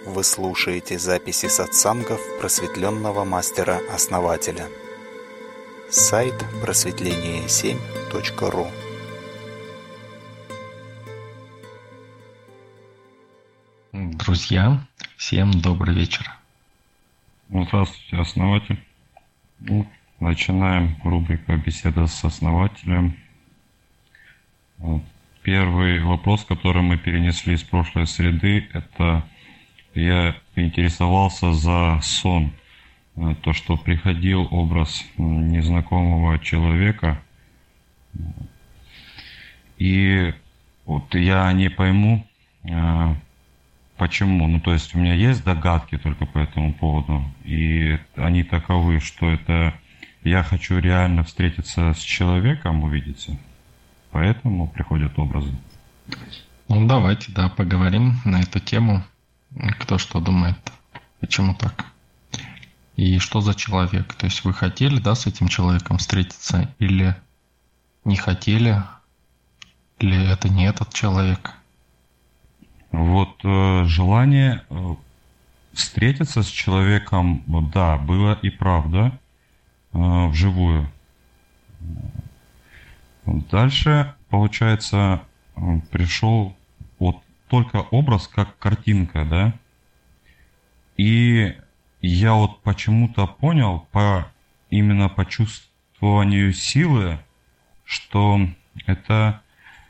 Вы слушаете записи сатсангов просветленного мастера-основателя. Сайт просветление7.ру. Друзья, всем добрый вечер. Здравствуйте, основатель. Начинаем рубрику «Беседа с основателем». Первый вопрос, который мы перенесли из прошлой среды, это я интересовался за сон. То, что приходил образ незнакомого человека. И вот я не пойму, почему. То есть у меня есть догадки только по этому поводу. И они таковы, что это я хочу реально встретиться с человеком, увидеться. Поэтому приходят образы. Давайте, поговорим на эту тему. Кто что думает, почему так? И что за человек? То есть вы хотели, с этим человеком встретиться или не хотели? Или это не этот человек? Желание встретиться с человеком, да, было и правда, вживую. Дальше, получается, пришел только образ как картинка, да? И я почему-то понял именно по чувствованию силы, что это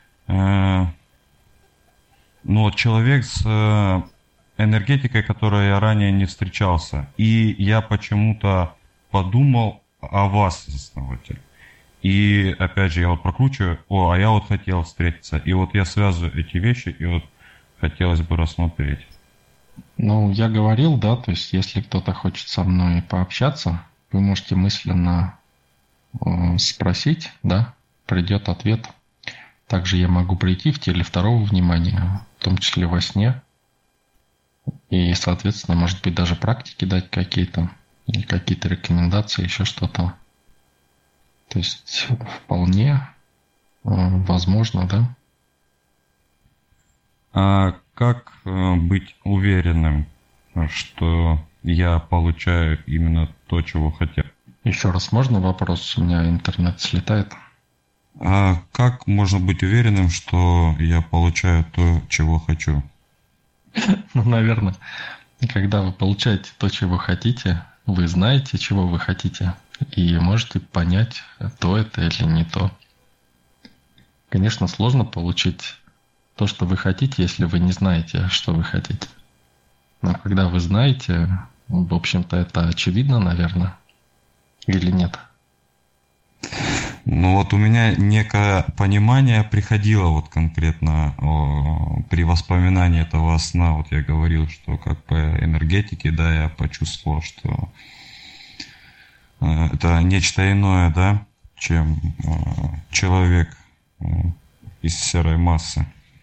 человек с энергетикой, которой я ранее не встречался. И я почему-то подумал о вас, основатель. И опять же, я прокручиваю, а я хотел встретиться. И я связываю эти вещи, и хотелось бы рассмотреть. Я говорил, то есть если кто-то хочет со мной пообщаться, вы можете мысленно спросить, придет ответ. Также я могу прийти в теле второго внимания, в том числе во сне. И, соответственно, может быть, даже практики дать какие-то, или какие-то рекомендации, еще что-то. То есть вполне возможно, да? А как быть уверенным, что я получаю именно то, чего хотел? Еще раз можно вопрос? У меня интернет слетает. А как можно быть уверенным, что я получаю то, чего хочу? Наверное, когда вы получаете то, чего хотите, вы знаете, чего вы хотите, и можете понять, то это или не то. Конечно, сложно получить то, что вы хотите, если вы не знаете, что вы хотите. Но когда вы знаете, в общем-то, это очевидно, наверное, или нет? У меня некое понимание приходило конкретно при воспоминании этого сна. Я говорил, что как по энергетике, я почувствовал, что это нечто иное, чем человек из серой массы.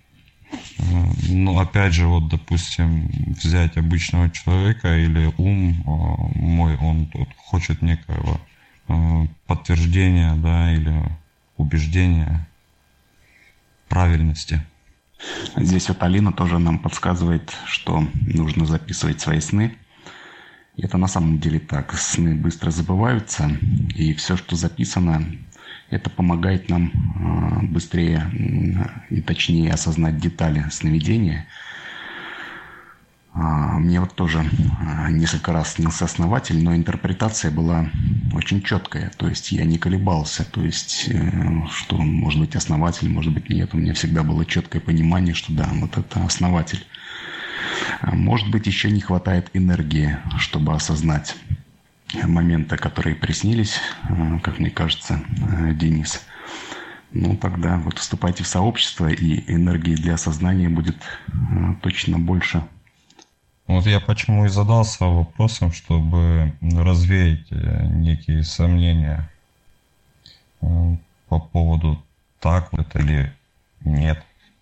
Опять же, допустим, взять обычного человека или ум мой, он хочет некого подтверждения, или убеждения правильности. Здесь Алина тоже нам подсказывает, что нужно записывать свои сны. И это на самом деле так. Сны быстро забываются, и все, что записано, это помогает нам быстрее и точнее осознать детали сновидения. Мне тоже несколько раз снился основатель, но интерпретация была очень четкая. То есть я не колебался. То есть, что может быть основатель, может быть нет. У меня всегда было четкое понимание, что да, это основатель. Может быть, еще не хватает энергии, чтобы осознать моменты, которые приснились, как мне кажется, Денис. Тогда вступайте в сообщество, и энергии для осознания будет точно больше. Я почему и задался вопросом, чтобы развеять некие сомнения по поводу так это или нет.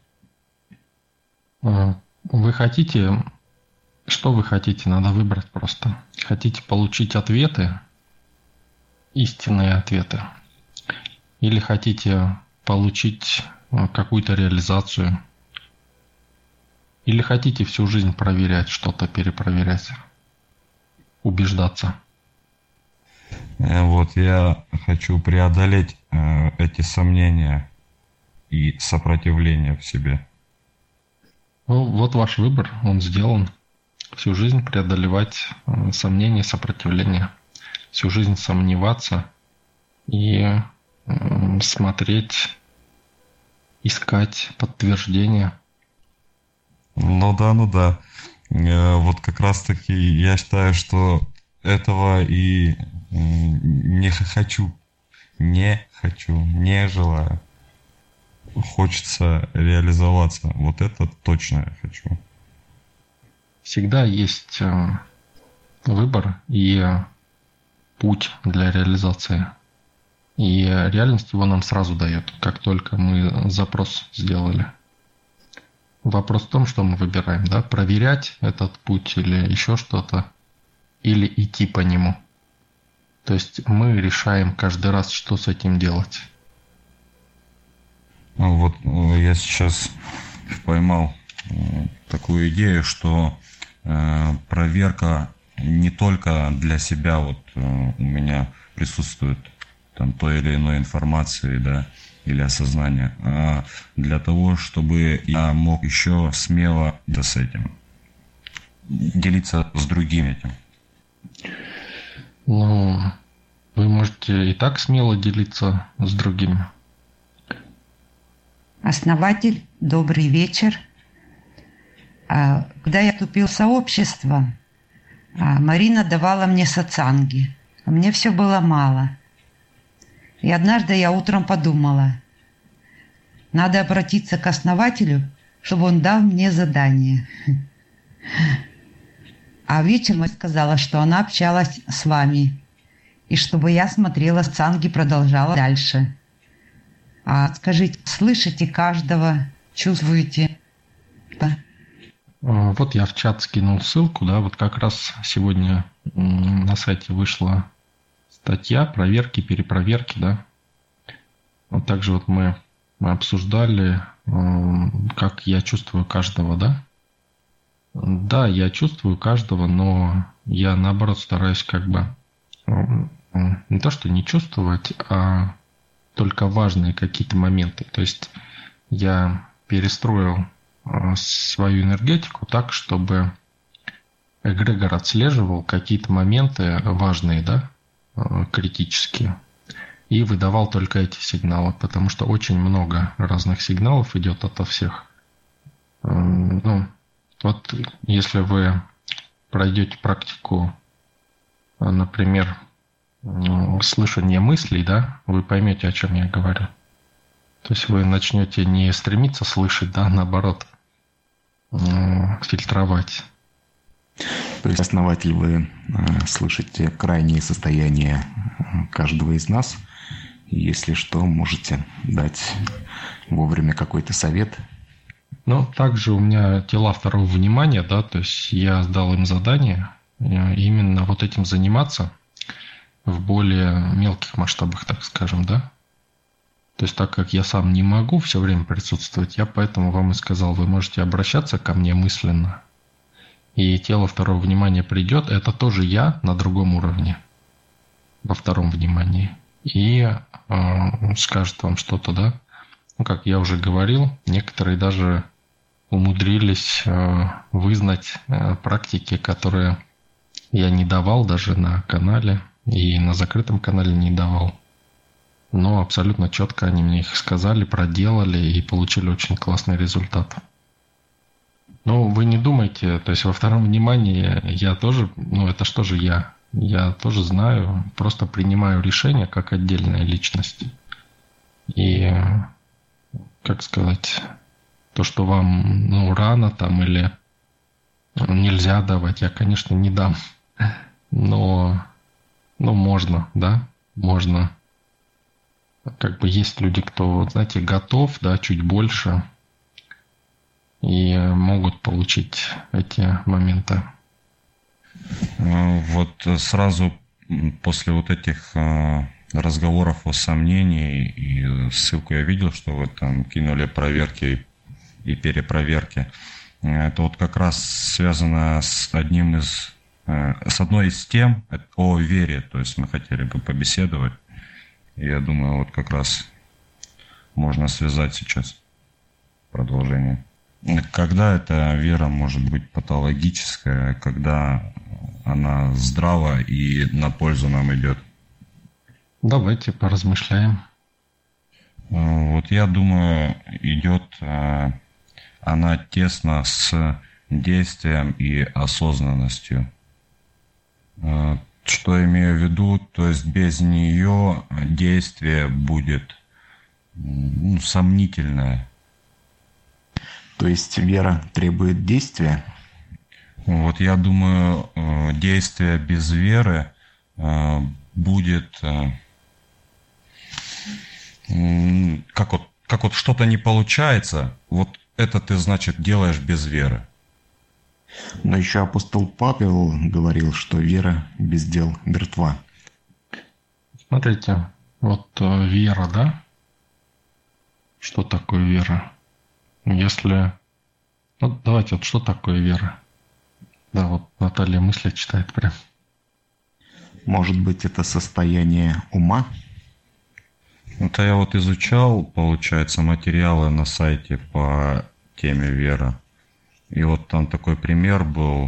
Вы хотите... Что вы хотите? Надо выбрать просто. Хотите получить ответы, истинные ответы? Или хотите получить какую-то реализацию? Или хотите всю жизнь проверять, что-то перепроверять, убеждаться? Вот я хочу преодолеть эти сомнения и сопротивление в себе. Ну, вот ваш выбор, он сделан. Всю жизнь преодолевать сомнения, сопротивление. Всю жизнь сомневаться и смотреть, искать подтверждение. Ну да. Вот как раз таки я считаю, что этого и не хочу, не желаю. Хочется реализоваться. Вот это точно я хочу. Всегда есть выбор и путь для реализации. И реальность его нам сразу дает, как только мы запрос сделали. Вопрос в том, что мы выбираем, да, проверять этот путь или еще что-то, или идти по нему. То есть мы решаем каждый раз, что с этим делать. Вот я сейчас поймал такую идею, что проверка не только для себя вот у меня присутствует там той или иной информации, да, или осознания, а для того, чтобы я мог еще смело с этим делиться с другими этим. Ну, вы можете и так смело делиться с другими. Основатель, добрый вечер. Когда я вступил в сообщество, Марина давала мне сатсанги. А мне все было мало. И однажды я утром подумала, надо обратиться к основателю, чтобы он дал мне задание. А вечером сказала, что она общалась с вами, и чтобы я смотрела сатсанги, продолжала дальше. Скажите, слышите каждого, чувствуете? Да. Вот я в чат скинул ссылку, да, вот как раз сегодня на сайте вышла статья проверки, перепроверки, да. Вот также вот мы обсуждали, как я чувствую каждого, да. Да, я чувствую каждого, но я наоборот стараюсь как бы не то что не чувствовать, а только важные какие-то моменты. То есть я перестроил свою энергетику так, чтобы эгрегор отслеживал какие-то моменты важные, да, критические, и выдавал только эти сигналы, потому что очень много разных сигналов идет ото всех. Ну, вот если вы пройдете практику, например, слышание мыслей, да, вы поймете, о чем я говорю. То есть вы начнете не стремиться слышать, да, наоборот, фильтровать. То есть, основатель, вы слышите крайние состояния каждого из нас. И если что, можете дать вовремя какой-то совет. Ну, также у меня тела второго внимания, да, то есть я сдал им задание именно вот этим заниматься в более мелких масштабах, так скажем, да. То есть так как я сам не могу все время присутствовать, я поэтому вам и сказал, вы можете обращаться ко мне мысленно, и тело второго внимания придет, это тоже я на другом уровне, во втором внимании, и скажет вам что-то, да. Ну, как я уже говорил, некоторые даже умудрились вызнать практики, которые я не давал даже на канале, и на закрытом канале не давал. Но абсолютно четко они мне их сказали, проделали и получили очень классный результат. Ну, вы не думайте, то есть во втором внимании я тоже, ну это что же я? Я тоже знаю, просто принимаю решения как отдельная личность. И, как сказать, то, что вам, ну, рано там или нельзя давать, я, конечно, не дам. Но, ну, можно, да, можно. Как бы есть люди, кто, знаете, готов, да, чуть больше, и могут получить эти моменты. Вот сразу после вот этих разговоров о сомнении, и ссылку я видел, что вы там кинули проверки и перепроверки. Это вот как раз связано с одной из тем о вере. То есть мы хотели бы побеседовать. И я думаю, вот как раз можно связать сейчас продолжение. Когда эта вера может быть патологическая, когда она здрава и на пользу нам идет? Давайте поразмышляем. Вот я думаю, идет она тесно с действием и осознанностью. Что имею в виду? То есть без нее действие будет сомнительное. То есть вера требует действия? Вот я думаю, действие без веры будет как вот что-то не получается, вот это ты, значит, делаешь без веры. Но еще апостол Павел говорил, что вера без дел мертва. Смотрите, вот вера, да? Что такое вера? Если... Ну, давайте, вот что такое вера? Да, вот Наталья мысли читает прям. Может быть, это состояние ума? Это я вот изучал, получается, материалы на сайте по теме вера. И вот там такой пример был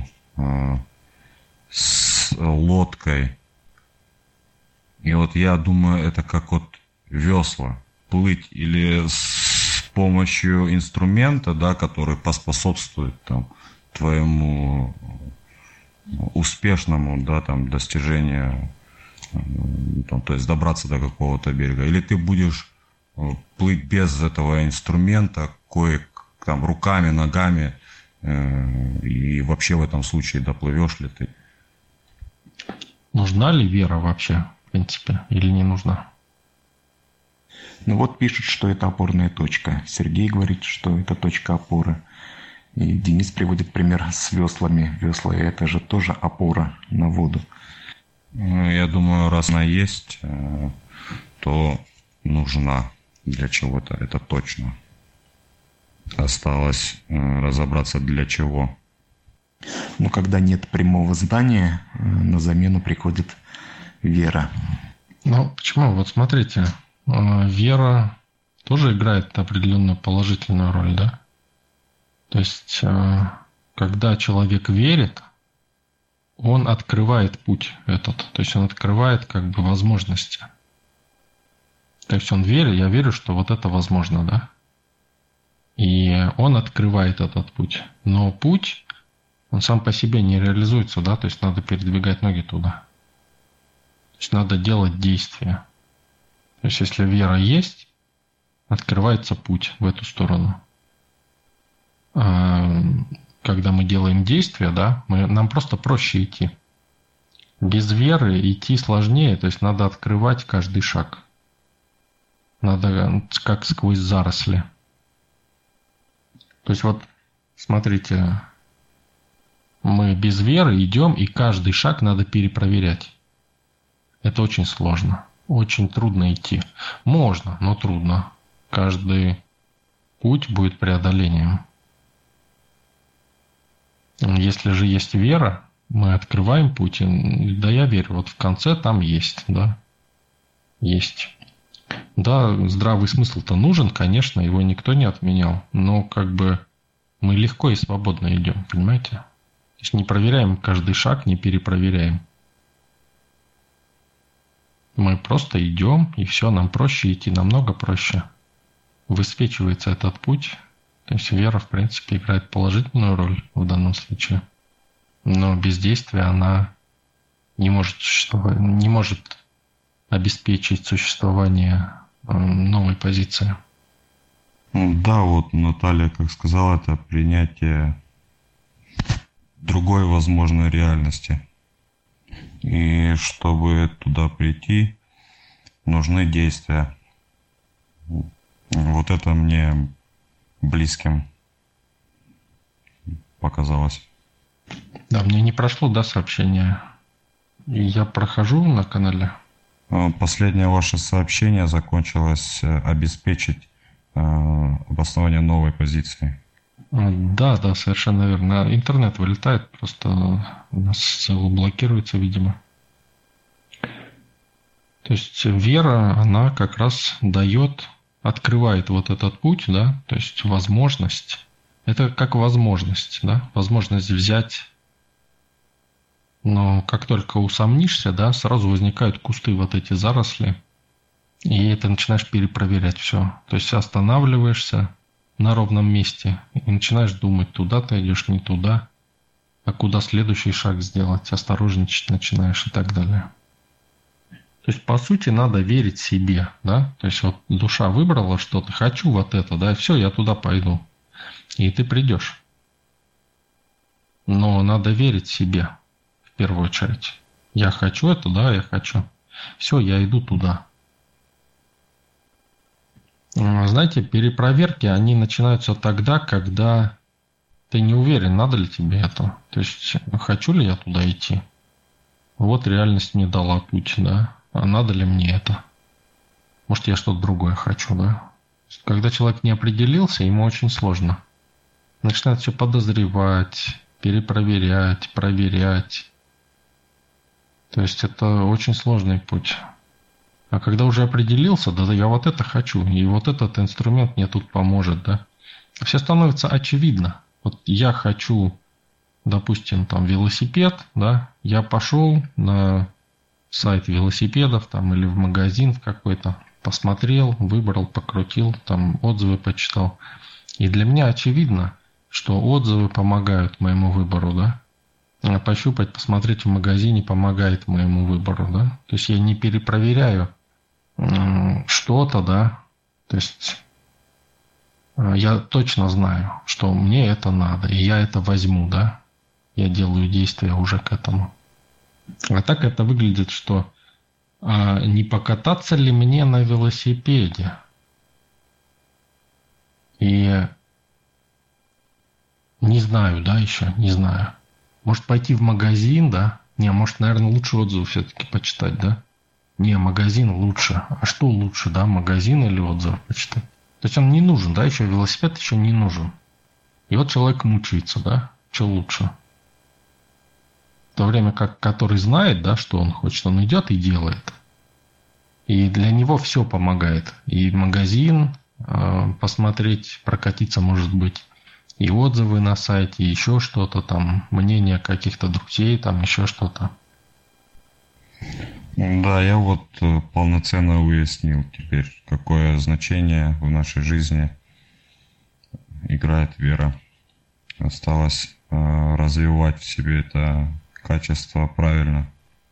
с лодкой. И вот я думаю, это как вот весла. Плыть или с помощью инструмента, да, который поспособствует там твоему успешному, да, там, достижению, там, то есть добраться до какого-то берега. Или ты будешь плыть без этого инструмента, там руками, ногами, и вообще в этом случае доплывешь ли ты? Нужна ли вера вообще, в принципе, или не нужна? Ну вот пишет, что это опорная точка. Сергей говорит, что это точка опоры. И Денис приводит пример с веслами. Весла – это же тоже опора на воду. Я думаю, раз она есть, то нужна для чего-то, это точно. Осталось разобраться для чего. Но когда нет прямого здания, на замену приходит вера. Ну, почему? Вот смотрите, вера тоже играет определенную положительную роль, да? То есть, когда человек верит, он открывает путь этот. То есть, он открывает как бы возможности. То есть, он верит, я верю, что вот это возможно, да? И он открывает этот путь. Но путь, он сам по себе не реализуется, да? То есть, надо передвигать ноги туда. То есть, надо делать действия. То есть, если вера есть, открывается путь в эту сторону. Когда мы делаем действия, да, нам просто проще идти. Без веры идти сложнее, то есть надо открывать каждый шаг. Надо как сквозь заросли. То есть вот, смотрите, мы без веры идем, и каждый шаг надо перепроверять. Это очень сложно. Очень трудно идти. Можно, но трудно. Каждый путь будет преодолением. Если же есть вера, мы открываем путь, да, я верю, вот в конце там есть, да, есть. Да, здравый смысл-то нужен, конечно, его никто не отменял, но как бы мы легко и свободно идем, понимаете? То есть не проверяем каждый шаг, не перепроверяем. Мы просто идем, и все, нам проще идти, намного проще. Высвечивается этот путь. То есть вера, в принципе, играет положительную роль в данном случае. Но без действия она не может существовать, не может обеспечить существование новой позиции. Да, вот Наталья, как сказала, это принятие другой возможной реальности. И чтобы туда прийти, нужны действия. Вот это мне близким показалось. Да, мне не прошло, да, сообщение. И я прохожу на канале. Последнее ваше сообщение закончилось обеспечить обоснование новой позиции. Да, да, совершенно верно. Интернет вылетает, просто у нас блокируется, видимо. То есть вера, она как раз дает, открывает вот этот путь, да, то есть возможность. Это как возможность, да, возможность взять. Но как только усомнишься, да, сразу возникают кусты, вот эти заросли, и ты начинаешь перепроверять все. То есть останавливаешься на ровном месте и начинаешь думать, туда ты идешь, не туда, а куда следующий шаг сделать, осторожничать начинаешь и так далее. То есть, по сути, надо верить себе, да, то есть вот душа выбрала что-то, хочу вот это, да, и все, я туда пойду, и ты придешь. Но надо верить себе, в первую очередь. Я хочу это, да, я хочу. Все, я иду туда. Знаете, перепроверки, они начинаются тогда, когда ты не уверен, надо ли тебе это. То есть, хочу ли я туда идти? Вот реальность мне дала путь, да. А надо ли мне это? Может, я что-то другое хочу, да? Когда человек не определился, ему очень сложно. Начинает все подозревать, перепроверять, проверять. То есть это очень сложный путь. А когда уже определился, да, я вот это хочу, и вот этот инструмент мне тут поможет, да. Все становится очевидно. Вот я хочу, допустим, там велосипед, да, я пошел на сайт велосипедов там или в магазин в какой-то, посмотрел, выбрал, покрутил, там отзывы почитал. И для меня очевидно, что отзывы помогают моему выбору, да. А пощупать, посмотреть в магазине помогает моему выбору, да. То есть я не перепроверяю что-то, да. То есть я точно знаю, что мне это надо, и я это возьму, да. Я делаю действия уже к этому. А так это выглядит, что не покататься ли мне на велосипеде? И не знаю, да, еще, не знаю. Может пойти в магазин, да? Не, может, наверное, лучше отзывы все-таки почитать, да? Не, магазин лучше. А что лучше, да, магазин или отзывы почитать? То есть он не нужен, да, еще велосипед еще не нужен. И вот человек мучается, да? Что лучше? В то время как который знает, да, что он хочет, он идет и делает. И для него все помогает. И магазин посмотреть, прокатиться, может быть, и отзывы на сайте, и еще что-то там, мнение каких-то друзей, там еще что-то. Да, я вот полноценно уяснил теперь, какое значение в нашей жизни играет вера. Осталось развивать в себе это качество правильно.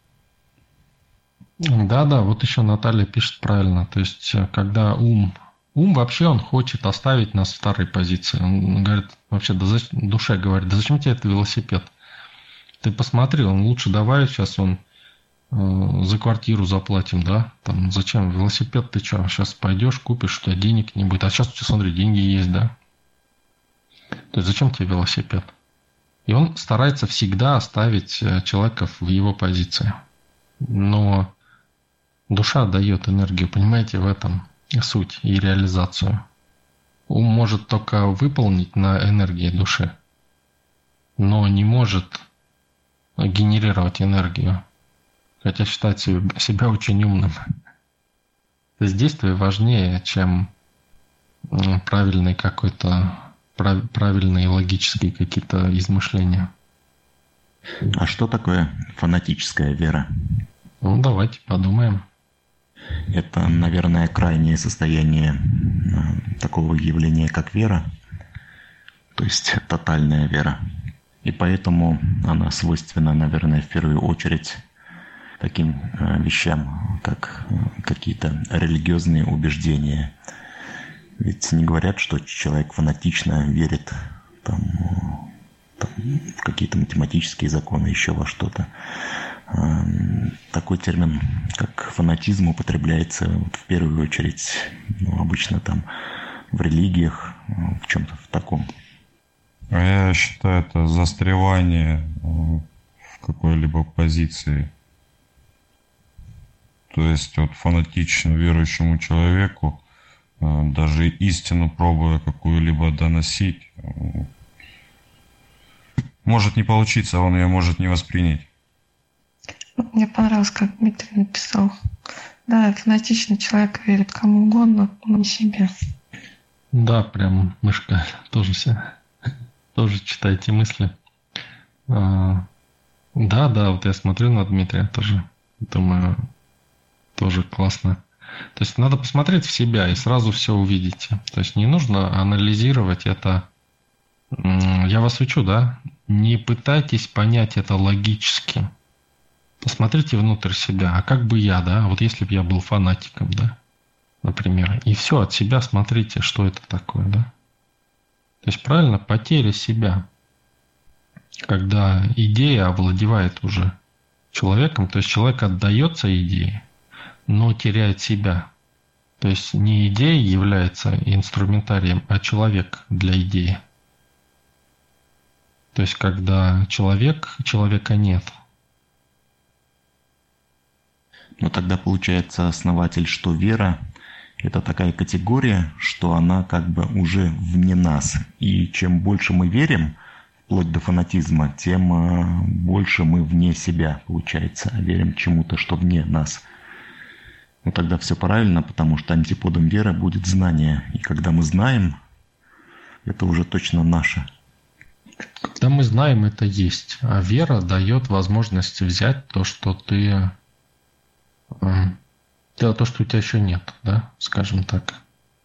Да, вот еще Наталья пишет правильно. То есть, когда ум вообще он хочет оставить нас в старой позиции. Он говорит, вообще, душе говорит, да зачем тебе этот велосипед? Ты посмотри, он лучше давай сейчас он за квартиру заплатим, да? Там зачем велосипед, ты что, сейчас пойдешь, купишь, у тебя денег не будет. А сейчас у тебя, смотри, деньги есть, да? То есть зачем тебе велосипед? И он старается всегда оставить человека в его позиции. Но душа дает энергию, понимаете, в этом суть и реализацию. Ум может только выполнить на энергии души, но не может генерировать энергию, хотя считает себя очень умным. То есть действие важнее, чем правильный какой-то правильные логические какие-то измышления. А что такое фанатическая вера? Ну, давайте подумаем. Это, наверное, крайнее состояние такого явления, как вера, то есть тотальная вера. И поэтому она свойственна, наверное, в первую очередь таким вещам, как какие-то религиозные убеждения. Ведь не говорят, что человек фанатично верит там, в какие-то математические законы, еще во что-то. Такой термин, как фанатизм, употребляется в первую очередь, обычно там в религиях, в чем-то в таком. А я считаю, это застревание в какой-либо позиции. То есть вот фанатично верующему человеку даже истину пробуя какую-либо доносить, может не получиться, он ее может не воспринять. Вот мне понравилось, как Дмитрий написал. Да, фанатичный человек верит кому угодно, но не себе. Да, прям мышка тоже читайте мысли. Да, вот я смотрю на Дмитрия тоже, думаю, тоже классно. То есть надо посмотреть в себя и сразу все увидите. То есть не нужно анализировать это. Я вас учу, да? Не пытайтесь понять это логически. Посмотрите внутрь себя. А как бы я, да? Вот если бы я был фанатиком, да? Например. И все, от себя смотрите, что это такое, да? То есть правильно, потеря себя. Когда идея овладевает уже человеком, то есть человек отдается идее, но теряет себя. То есть не идея является инструментарием, а человек для идеи. То есть когда человека нет. Но тогда получается, основатель, что вера – это такая категория, что она как бы уже вне нас. И чем больше мы верим, вплоть до фанатизма, тем больше мы вне себя, получается, верим чему-то, что вне нас. Ну тогда все правильно, потому что антиподом веры будет знание. И когда мы знаем, это уже точно наше. Когда мы знаем, это есть. А вера дает возможность взять то, что то, что у тебя еще нет, да, скажем так.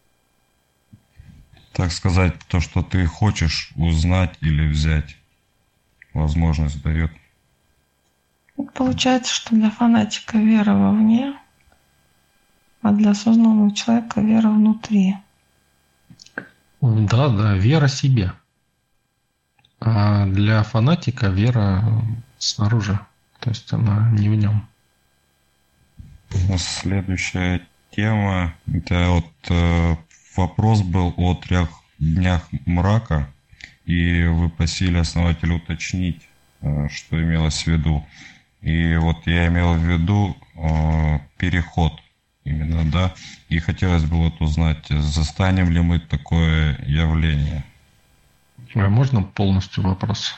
Так сказать, то, что ты хочешь узнать или взять, возможность дает. Получается, что для фанатика вера вовне, а для осознанного человека вера внутри. Да, вера себе. А для фанатика вера снаружи, то есть она не в нем. Следующая тема, это вот вопрос был о 3 днях мрака, и вы просили основателя уточнить, что имелось в виду. И вот я имел в виду переход именно, да, и хотелось бы вот узнать, застанем ли мы такое явление. А можно полностью вопрос?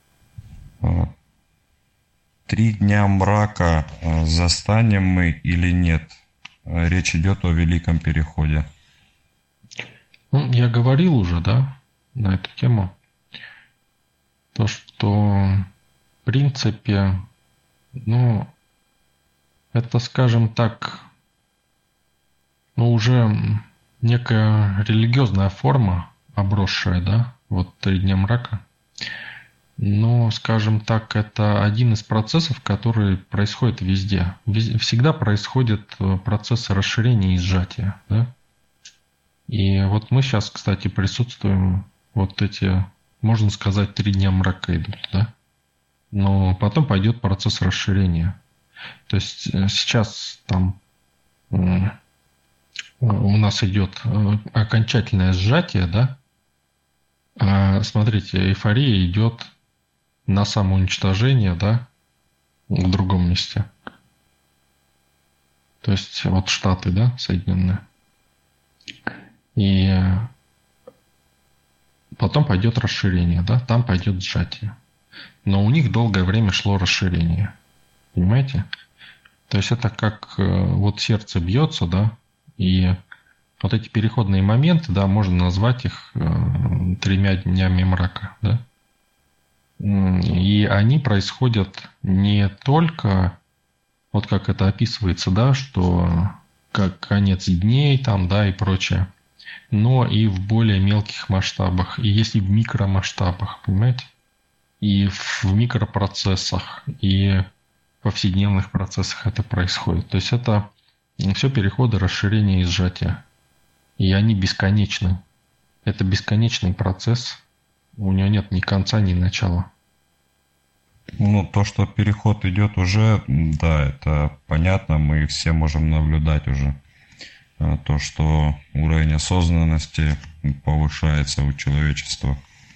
3 дня мрака застанем мы или нет? Речь идет о великом переходе. Ну, я говорил уже, да, на эту тему. То, что в принципе, это, скажем так, уже некая религиозная форма, обросшая, да, вот 3 дня мрака. Но, скажем так, это один из процессов, который происходит везде. Всегда происходят процессы расширения и сжатия. Да? И вот мы сейчас, кстати, присутствуем, вот эти, можно сказать, 3 дня мрака идут. Да? Но потом пойдет процесс расширения. То есть сейчас там у нас идет окончательное сжатие, да? А, смотрите, эйфория идет на самоуничтожение, да, в другом месте. То есть вот Штаты, да, Соединенные. И потом пойдет расширение, да, там пойдет сжатие. Но у них долгое время шло расширение. Понимаете? То есть это как вот сердце бьется, да, и вот эти переходные моменты, да, можно назвать их 3 днями мрака, да. И они происходят не только, вот как это описывается, да, что как конец дней там, да, и прочее, но и в более мелких масштабах, и есть и в микромасштабах, понимаете? И в микропроцессах, и в повседневных процессах это происходит. То есть это все переходы, расширения и сжатия. И они бесконечны. Это бесконечный процесс. У него нет ни конца, ни начала. То, что переход идет уже, да, это понятно, мы все можем наблюдать уже. То, что уровень осознанности повышается у человечества.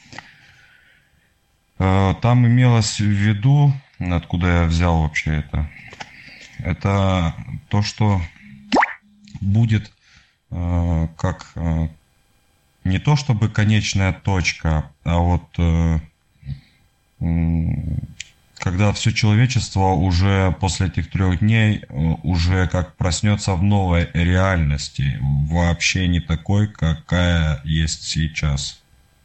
Там имелось в виду, откуда я взял вообще это то, что будет как не то чтобы конечная точка, а вот когда все человечество уже после этих 3 дней уже как проснется в новой реальности, вообще не такой, какая есть сейчас.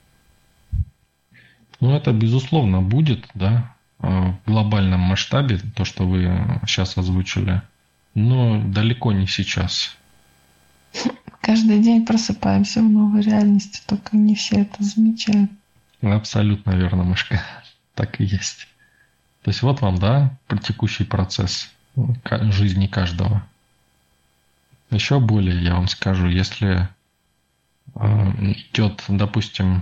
Ну, это, безусловно, будет, да, в глобальном масштабе, то, что вы сейчас озвучили, но далеко не сейчас. Каждый день просыпаемся в новой реальности, только не все это замечают. Абсолютно верно, Мышка. Так и есть. То есть вот вам, да, текущий процесс жизни каждого. Еще более, я вам скажу, если идет, допустим,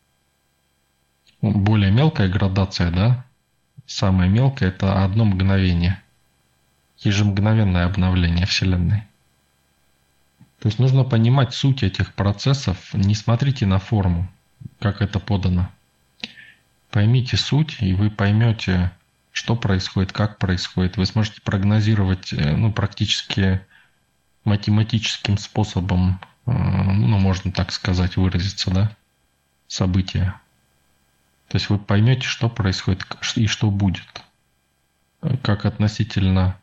более мелкая градация, да, самое мелкое – это 1 мгновение, ежемгновенное обновление Вселенной. То есть нужно понимать суть этих процессов, не смотрите на форму, как это подано. Поймите суть, и вы поймете, что происходит, как происходит. Вы сможете прогнозировать, ну, практически математическим способом, ну, можно так сказать, выразиться, да, события. То есть вы поймете, что происходит и что будет. Как относительно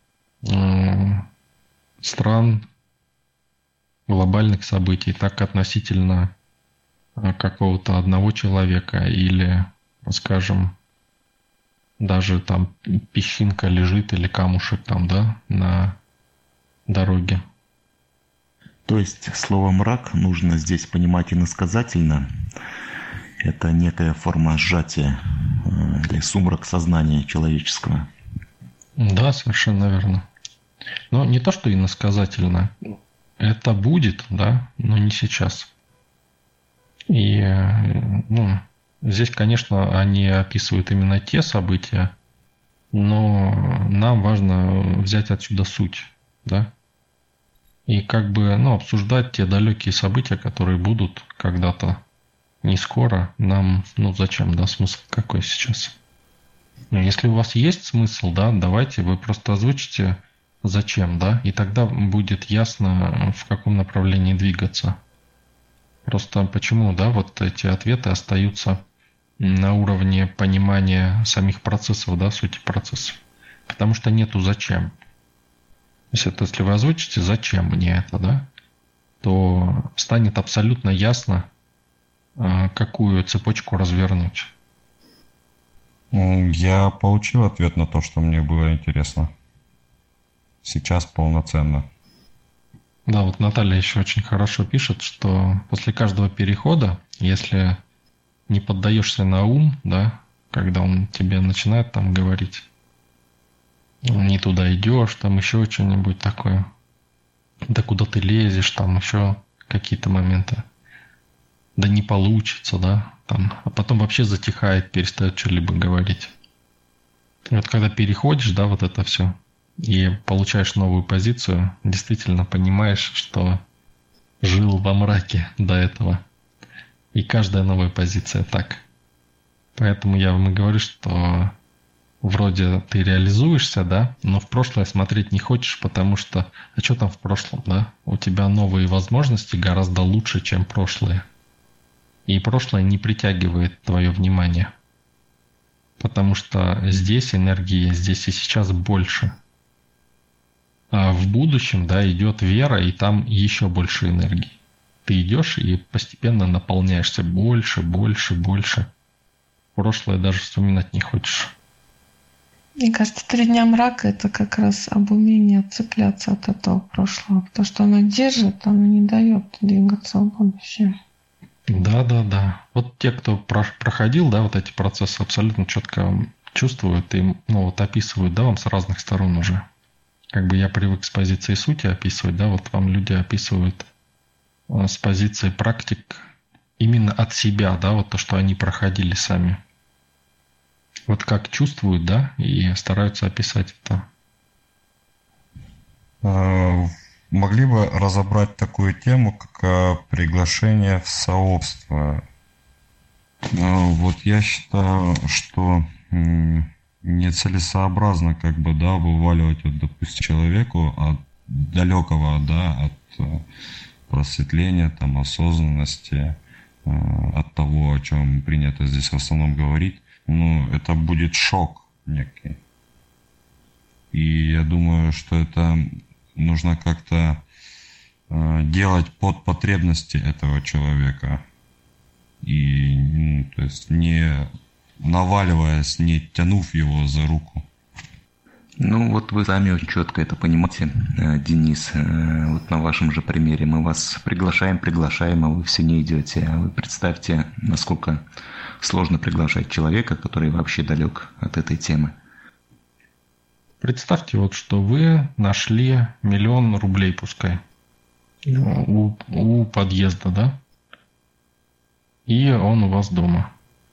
стран, глобальных событий, так относительно какого-то одного человека или, скажем, даже там песчинка лежит или камушек там, да, на дороге. То есть слово «мрак» нужно здесь понимать иносказательно. Это некая форма сжатия или сумрак сознания человеческого. Да, совершенно верно. Но не то, что иносказательно. Это будет, да, но не сейчас. И, ну, здесь, конечно, они описывают именно те события, но нам важно взять отсюда суть, да, и как бы, ну, обсуждать те далекие события, которые будут когда-то не скоро, нам, ну, зачем, да, смысл какой сейчас? Если у вас есть смысл, да, давайте вы просто озвучите, зачем, да, и тогда будет ясно, в каком направлении двигаться. Просто почему, да, вот эти ответы остаются на уровне понимания самих процессов, да, сути процессов. Потому что нету зачем. То есть это, если вы озвучите, зачем мне это, да, то станет абсолютно ясно, какую цепочку развернуть. Я получил ответ на то, что мне было интересно. Сейчас полноценно. Да, вот Наталья еще очень хорошо пишет, что после каждого перехода, если не поддаешься на ум, да, когда он тебе начинает там говорить, не туда идешь, там еще что-нибудь такое, да куда ты лезешь, там еще какие-то моменты, да не получится, да, там, а потом вообще затихает, перестает что-либо говорить. И вот когда переходишь, да, вот это все, и получаешь новую позицию, действительно понимаешь, что жил во мраке до этого. И каждая новая позиция так. Поэтому я вам и говорю, что вроде ты реализуешься, да, но в прошлое смотреть не хочешь, потому что, а что там в прошлом, да? У тебя новые возможности гораздо лучше, чем прошлое. И прошлое не притягивает твое внимание. Потому что здесь энергии, здесь и сейчас больше. А в будущем, да, идет вера, и там еще больше энергии. Ты идешь и постепенно наполняешься больше, больше, больше. Прошлое даже вспоминать не хочешь. Мне кажется, 3 дня мрака – это как раз об умении отцепляться от этого прошлого. Потому что оно держит, оно не дает двигаться в будущее. Да. Вот те, кто проходил, да, вот эти процессы, абсолютно четко чувствуют и, ну, вот описывают, да, вам с разных сторон уже. Как бы я привык с позиции сути описывать, да, вот вам люди описывают с позиции практик именно от себя, да, вот то, что они проходили сами. Вот как чувствуют, да, и стараются описать это. Могли бы разобрать такую тему, как приглашение в сообщество. Вот я считаю, что нецелесообразно как бы, да, вываливать, вот, допустим, человеку от далекого, да, от просветления, там, осознанности, от того, о чем принято здесь в основном говорить, ну, это будет шок некий. И я думаю, что это нужно как-то делать под потребности этого человека. И, ну, то есть не наваливаясь, не тянув его за руку. Ну вот вы сами очень четко это понимаете, Денис. Вот на вашем же примере мы вас приглашаем, а вы все не идете. А вы представьте, насколько сложно приглашать человека, который вообще далек от этой темы. Представьте, вот что вы нашли 1 000 000 рублей, пускай, у подъезда, да? И он у вас дома.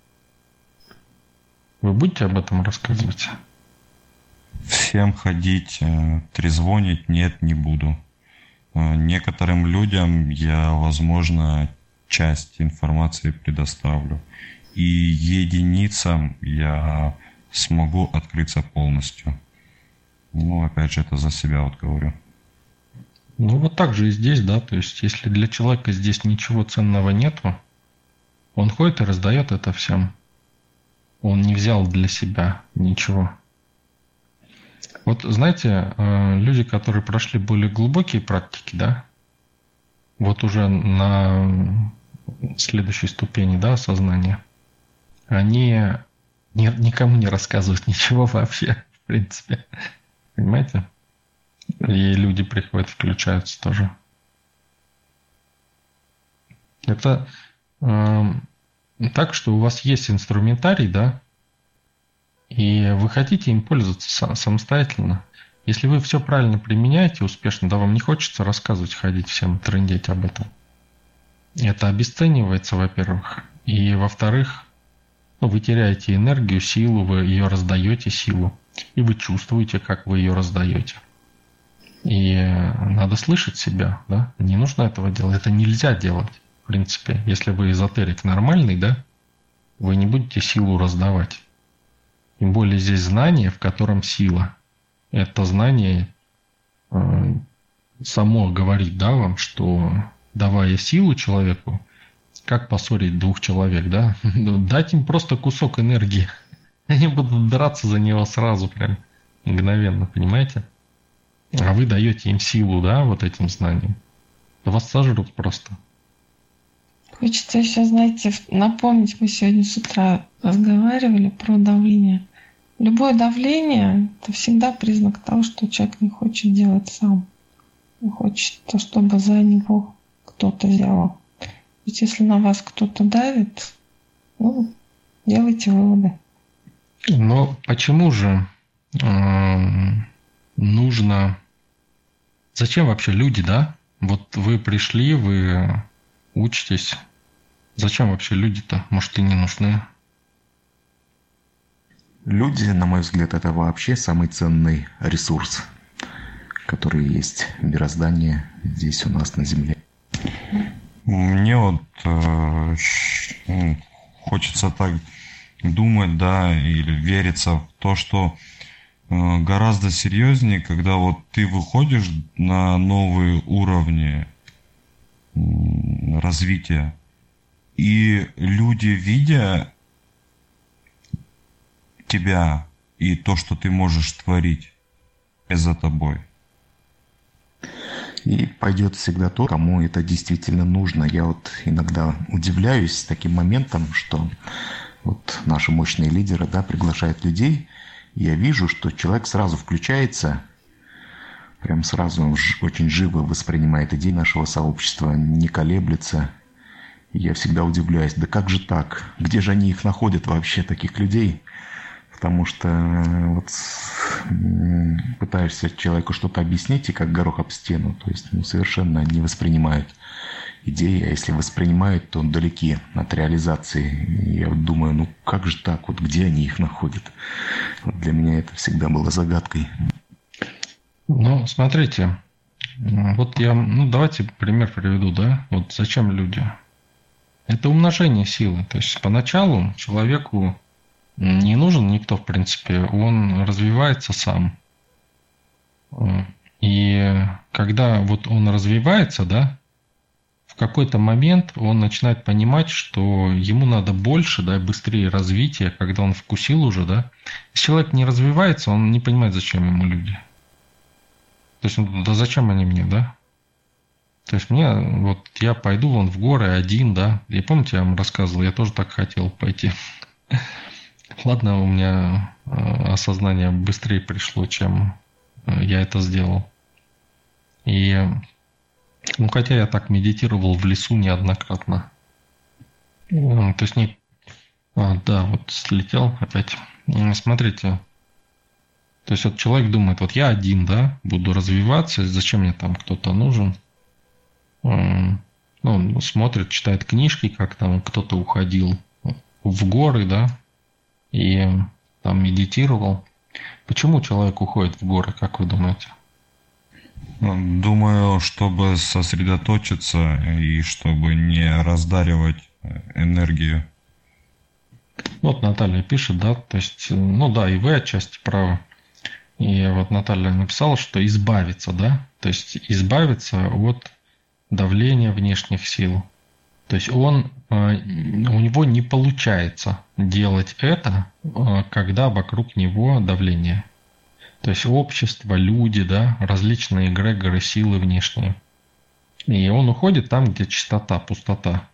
Вы будете об этом рассказывать? Всем ходить, трезвонить нет, не буду. Некоторым людям я, возможно, часть информации предоставлю. И единицам я смогу открыться полностью. Ну, опять же, это за себя вот говорю. Ну, вот так же и здесь, да. То есть, если для человека здесь ничего ценного нету, он ходит и раздает это всем. Он не взял для себя ничего. Вот знаете, люди, которые прошли более глубокие практики, да, вот уже на следующей ступени, да, осознания, они никому не рассказывают ничего вообще, в принципе. Понимаете? И люди приходят, включаются тоже. Это так, что у вас есть инструментарий, да, и вы хотите им пользоваться самостоятельно. Если вы все правильно применяете успешно, да, вам не хочется рассказывать, ходить всем, трындеть об этом. Это обесценивается, во-первых. И, во-вторых, ну, вы теряете энергию, силу, вы ее раздаете, силу. И вы чувствуете, как вы ее раздаете. И надо слышать себя, да. Не нужно этого делать. Это нельзя делать, в принципе. Если вы эзотерик нормальный, да, вы не будете силу раздавать. Тем более здесь знание, в котором сила. Это знание само говорит, да, вам, что давая силу человеку, как поссорить 2 человек, да? Дать им просто кусок энергии. Они будут драться за него сразу, прям мгновенно, понимаете? А вы даете им силу, да, вот этим знанием. Вас сожрут просто. Хочется еще, знаете, напомнить, мы сегодня с утра разговаривали про давление. Любое давление – это всегда признак того, что человек не хочет делать сам. Он хочет, чтобы за него кто-то делал. Ведь если на вас кто-то давит, ну, делайте выводы. Но почему же нужно... Зачем вообще люди, да? Вот вы пришли, вы учитесь. Зачем вообще люди-то? Может, и не нужны? Люди, на мой взгляд, это вообще самый ценный ресурс, который есть в мироздании здесь у нас на Земле. Мне вот хочется так думать, да, или вериться в то, что гораздо серьезнее, когда вот ты выходишь на новые уровни развития, и люди, видя тебя и то, что ты можешь творить, за тобой. И пойдет всегда тот, кому это действительно нужно. Я вот иногда удивляюсь таким моментом, что вот наши мощные лидеры, да, приглашают людей, и я вижу, что человек сразу включается, прям сразу очень живо воспринимает идеи нашего сообщества, не колеблется. И я всегда удивляюсь, да как же так? Где же они их находят вообще, таких людей? Потому что вот пытаешься человеку что-то объяснить, и как горох об стену. То есть совершенно не воспринимают идеи, а если воспринимают, то далеки от реализации. И я вот думаю, ну как же так, вот где они их находят? Вот для меня это всегда было загадкой. Ну, смотрите, вот я, давайте пример приведу, да, вот зачем люди? Это умножение силы, то есть поначалу человеку не нужен никто, в принципе, он развивается сам. И когда вот он развивается, да, в какой-то момент он начинает понимать, что ему надо больше, да, быстрее развития, когда он вкусил уже, да. Если человек не развивается, он не понимает, зачем ему люди. То есть, да зачем они мне, да? То есть мне, вот я пойду вон в горы один, да. И помните, я вам рассказывал, я тоже так хотел пойти. Ладно, у меня осознание быстрее пришло, чем я это сделал. И, ну, хотя я так медитировал в лесу неоднократно. То есть не... да, вот слетел опять. Смотрите. То есть вот человек думает, вот я один, да, буду развиваться, зачем мне там кто-то нужен? Ну, он смотрит, читает книжки, как там кто-то уходил в горы, да, и там медитировал. Почему человек уходит в горы, как вы думаете? Думаю, чтобы сосредоточиться и чтобы не раздаривать энергию. Вот Наталья пишет, да, то есть, ну да, и вы отчасти правы. И вот Наталья написала, что избавиться, да, то есть избавиться от давления внешних сил. То есть у него не получается делать это, когда вокруг него давление. То есть общество, люди, да, различные эгрегоры, силы внешние. И он уходит там, где чистота, пустота.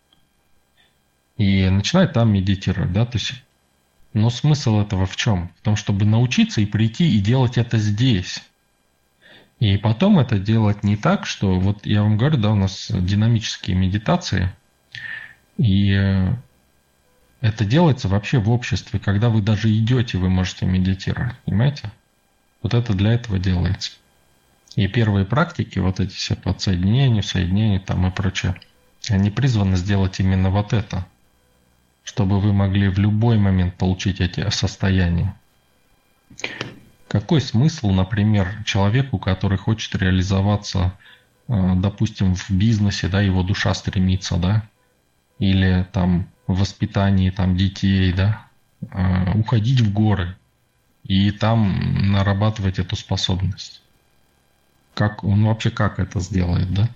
И начинает там медитировать, да, то есть. Но смысл этого в чем? В том, чтобы научиться и прийти и делать это здесь. И потом это делать не так, что вот я вам говорю, да, у нас динамические медитации, и это делается вообще в обществе, когда вы даже идете, вы можете медитировать, понимаете? Вот это для этого делается. И первые практики, вот эти все подсоединения, соединения там и прочее, они призваны сделать именно вот это, чтобы вы могли в любой момент получить эти состояния. Какой смысл, например, человеку, который хочет реализоваться, допустим, в бизнесе, да, его душа стремится, да, или там в воспитании там детей, да, уходить в горы и там нарабатывать эту способность? Как он вообще как это сделает, да?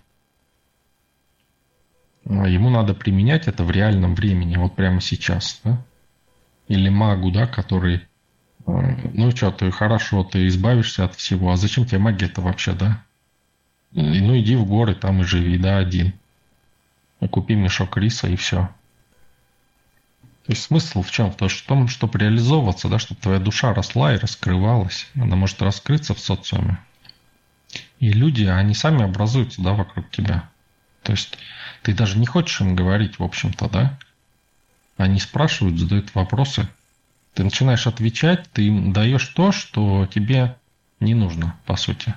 Ему надо применять это в реальном времени, вот прямо сейчас, да? Или магу, да, который, ну что, ты хорошо, ты избавишься от всего, а зачем тебе магия-то вообще, да? Ну иди в горы, там и живи, да, один. Купи мешок риса и все. То есть смысл в чем? В том, чтобы реализовываться, да, чтобы твоя душа росла и раскрывалась. Она может раскрыться в социуме. И люди, они сами образуются, да, вокруг тебя. То есть ты даже не хочешь им говорить, в общем-то, да? Они спрашивают, задают вопросы. Ты начинаешь отвечать, ты им даешь то, что тебе не нужно, по сути.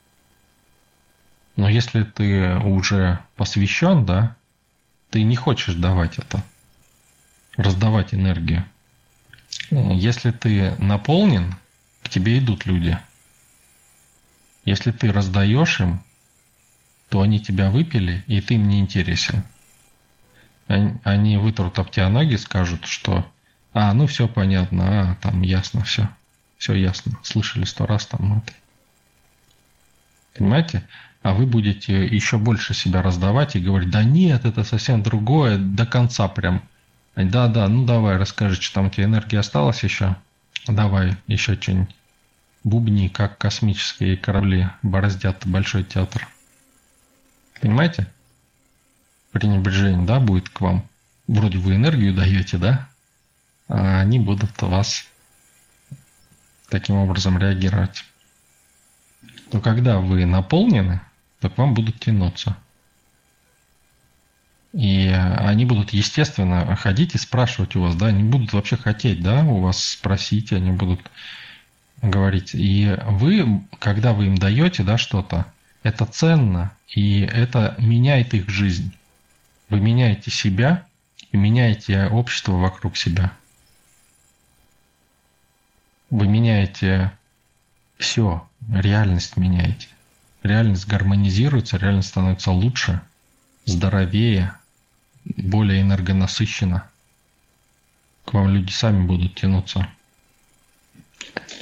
Но если ты уже посвящен, да, ты не хочешь давать это, раздавать энергию. Если ты наполнен, к тебе идут люди. Если ты раздаешь им, то они тебя выпили, и ты им не интересен. Они вытрут об тебя ноги, скажут, что ну все понятно, там ясно все. Все ясно. Слышали 100 раз там это. Понимаете? А вы будете еще больше себя раздавать и говорить, да нет, это совсем другое, до конца прям. Да, ну давай, расскажи, что там у тебя энергии осталось еще. Давай, еще что-нибудь. Бубни, как космические корабли бороздят большой театр. Понимаете? Пренебрежение, да, будет к вам. Вроде вы энергию даете, да? А они будут вас таким образом реагировать. То когда вы наполнены, то к вам будут тянуться. И они будут, естественно, ходить и спрашивать у вас, да, они будут вообще хотеть, да, у вас спросить, они будут говорить. И вы, когда вы им даете, да, что-то, это ценно, и это меняет их жизнь. Вы меняете себя и меняете общество вокруг себя. Вы меняете все, реальность меняете. Реальность гармонизируется, реальность становится лучше, здоровее, более энергонасыщена. К вам люди сами будут тянуться.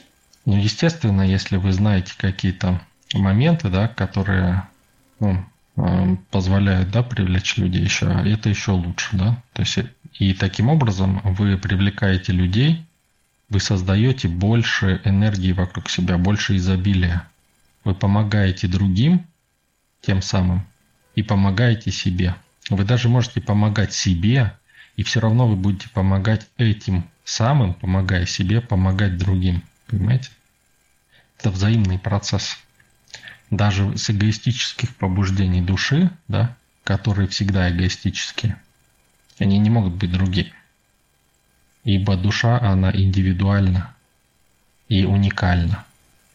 Ну, естественно, если вы знаете какие-то моменты, да, которые позволяет, да, привлечь людей еще, это еще лучше, да. То есть и таким образом вы привлекаете людей, вы создаете больше энергии вокруг себя, больше изобилия. Вы помогаете другим тем самым и помогаете себе. Вы даже можете помогать себе, и все равно вы будете помогать этим самым, помогая себе, помогать другим. Понимаете? Это взаимный процесс. Даже с эгоистических побуждений души, да, которые всегда эгоистические, они не могут быть другими. Ибо душа, она индивидуальна и уникальна.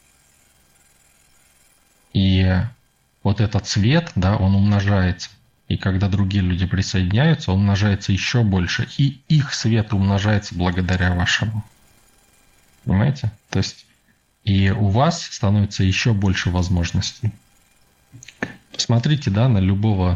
И вот этот свет, да, он умножается. И когда другие люди присоединяются, он умножается еще больше. И их свет умножается благодаря вашему. Понимаете? То есть и у вас становится еще больше возможностей. Посмотрите, да, на любого...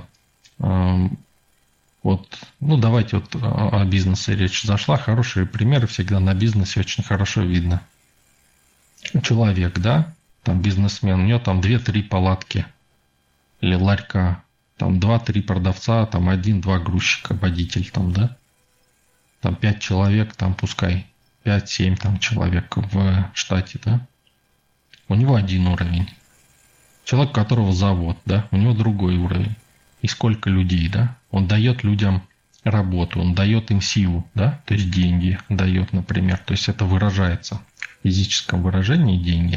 Вот, ну давайте вот о бизнесе речь зашла. Хорошие примеры всегда на бизнесе очень хорошо видно. Человек, да, там бизнесмен, у него там 2-3 палатки или ларька, там 2-3 продавца, там 1-2 грузчика, водитель там, да. Там 5 человек, там пускай 5-7 там человек в штате, да. У него один уровень. Человек, у которого завод, да, у него другой уровень. И сколько людей, да? Он дает людям работу, он дает им силу, да? То есть деньги дает, например. То есть это выражается в физическом выражении деньги.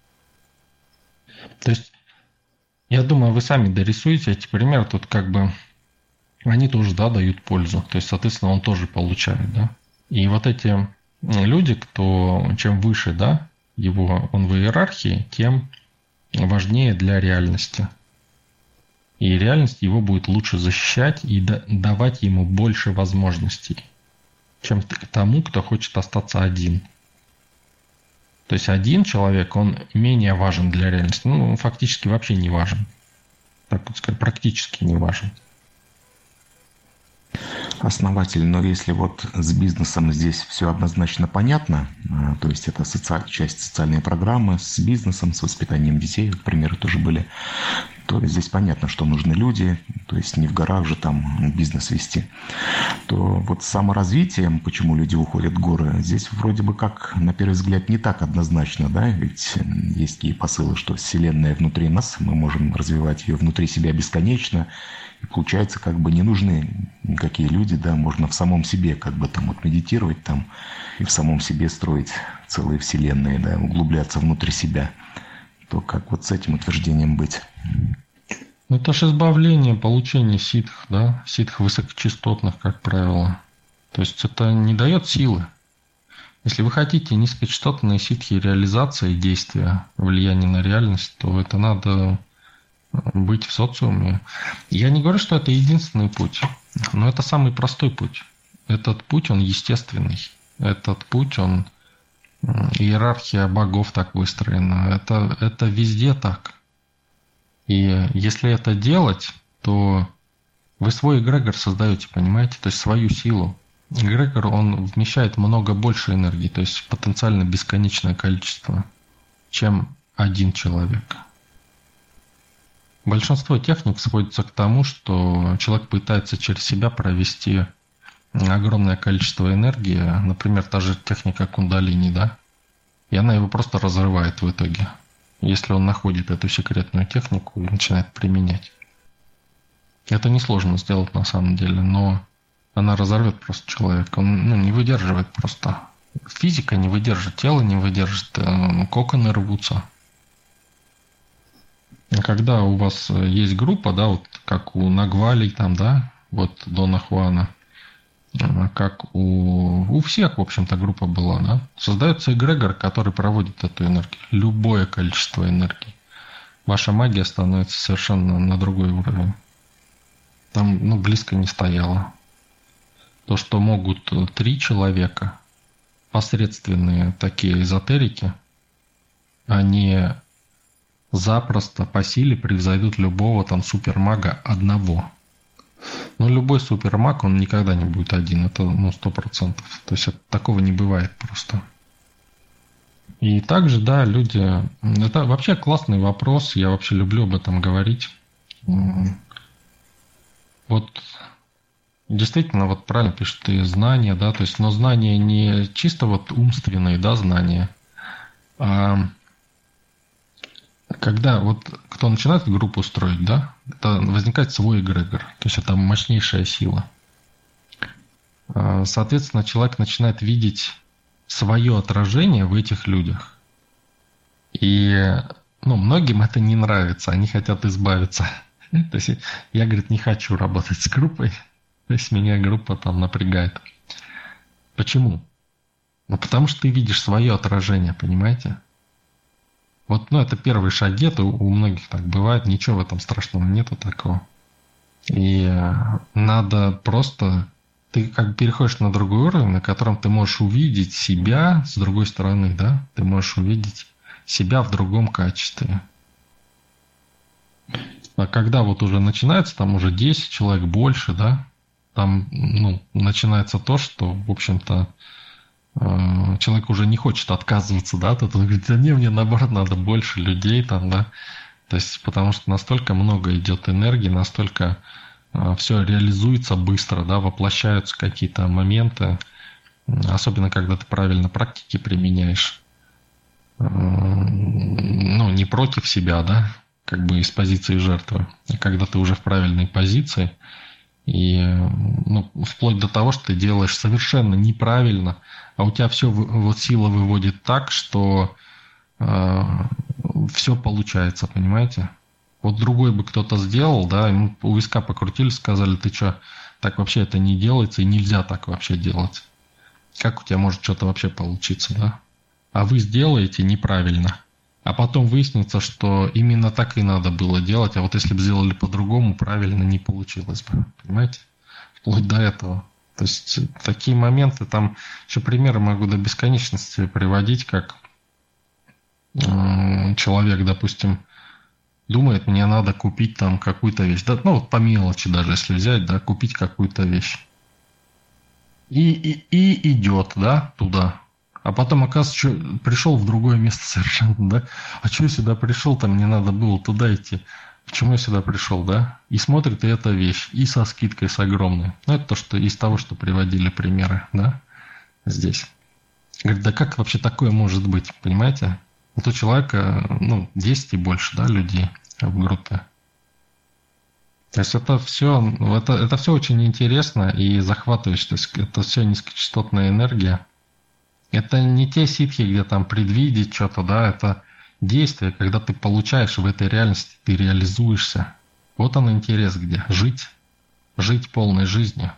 То есть я думаю, вы сами дорисуете эти примеры. Тут как бы они тоже, да, дают пользу. То есть, соответственно, он тоже получает, да? И вот эти люди, кто чем выше, да, он в иерархии, тем важнее для реальности. И реальность его будет лучше защищать и давать ему больше возможностей, чем тому, кто хочет остаться один. То есть один человек, он менее важен для реальности. Ну, он фактически вообще не важен. Так вот сказать, практически не важен. Основатель, но если вот с бизнесом здесь все однозначно понятно, то есть это часть социальной программы с бизнесом, с воспитанием детей, к примеру, тоже были, то здесь понятно, что нужны люди, то есть не в горах же там бизнес вести. То вот с саморазвитием, почему люди уходят в горы, здесь вроде бы как, на первый взгляд, не так однозначно, да, ведь есть такие посылы, что Вселенная внутри нас, мы можем развивать ее внутри себя бесконечно, и получается, как бы не нужны никакие люди, да, можно в самом себе как бы там вот медитировать там и в самом себе строить целые вселенные, да, углубляться внутрь себя. То как вот с этим утверждением быть? Ну, это же избавление, получение ситх, да, ситх высокочастотных, как правило. То есть это не дает силы. Если вы хотите низкочастотные ситхи реализации действия, влияния на реальность, то это надо быть в социуме. Я не говорю, что это единственный путь, но это самый простой путь. Этот путь, он естественный. Этот путь, он иерархия богов так выстроена. Это везде так. И если это делать, то вы свой эгрегор создаете, понимаете? То есть свою силу. Эгрегор, он вмещает много больше энергии, то есть потенциально бесконечное количество, чем один человек. Большинство техник сводится к тому, что человек пытается через себя провести огромное количество энергии, например, та же техника кундалини, да, и она его просто разрывает в итоге, если он находит эту секретную технику и начинает применять. Это несложно сделать на самом деле, но она разорвет просто человека, он не выдерживает просто. Физика не выдержит, тело не выдержит, коконы рвутся. Когда у вас есть группа, да, вот как у Нагвали, там, да, вот Дона Хуана, как у всех, в общем-то, группа была, да, создается эгрегор, который проводит эту энергию, любое количество энергии. Ваша магия становится совершенно на другой уровень. Там, близко не стояло. То, что могут 3 человека, посредственные такие эзотерики, они запросто по силе превзойдут любого там супермага одного. Но любой супермаг, он никогда не будет один, это 100%. То есть такого не бывает просто. И также, да, люди... Это вообще классный вопрос, я вообще люблю об этом говорить. Вот действительно, вот правильно пишет, ты знания, да, то есть, но знания не чисто вот умственные, да, знания, а когда вот кто начинает группу строить, да, это возникает свой эгрегор, то есть это мощнейшая сила. Соответственно, человек начинает видеть свое отражение в этих людях. И многим это не нравится, они хотят избавиться. То есть я, говорит, не хочу работать с группой, то есть меня группа там напрягает. Почему? Потому что ты видишь свое отражение, понимаете? Вот, это первые шаги, это у многих так бывает, ничего в этом страшного нету такого. И надо просто... Ты как бы переходишь на другой уровень, на котором ты можешь увидеть себя с другой стороны, да? Ты можешь увидеть себя в другом качестве. А когда вот уже начинается, там уже 10 человек больше, да? Там, начинается то, что, в общем-то, человек уже не хочет отказываться, да? Тут он говорит, да не, мне наоборот надо больше людей там, да? То есть, потому что настолько много идет энергии, настолько все реализуется быстро, да, воплощаются какие-то моменты, особенно когда ты правильно практики применяешь, не против себя, да, как бы из позиции жертвы, а когда ты уже в правильной позиции, и вплоть до того, что ты делаешь совершенно неправильно, а у тебя все вот сила выводит так, что все получается, понимаете? Вот другой бы кто-то сделал, да, ему у виска покрутили, сказали, ты что, так вообще это не делается, и нельзя так вообще делать. Как у тебя может что-то вообще получиться, да? А вы сделаете неправильно. А потом выяснится, что именно так и надо было делать, а вот если бы сделали по-другому, правильно не получилось бы. Понимаете? Вплоть до этого. То есть такие моменты, там еще примеры могу до бесконечности приводить, как человек, допустим, думает, мне надо купить там какую-то вещь. Да, вот по мелочи даже, если взять, да, купить какую-то вещь. И идет, да, туда. А потом, оказывается, что пришел в другое место совершенно, да. А что я сюда пришел-то, мне надо было туда идти. Почему я сюда пришел, да? И смотрит, и эта вещь, и со скидкой, с огромной. Это то, что из того, что приводили примеры, да, здесь. Говорит, да как вообще такое может быть, понимаете? Вот у человека, 10 и больше, да, людей в группе. То есть это все очень интересно и захватывающе. То есть это все низкочастотная энергия. Это не те ситхи, где там предвидеть что-то, да, это действие, когда ты получаешь в этой реальности, ты реализуешься. Вот он интерес где. Жить полной жизнью.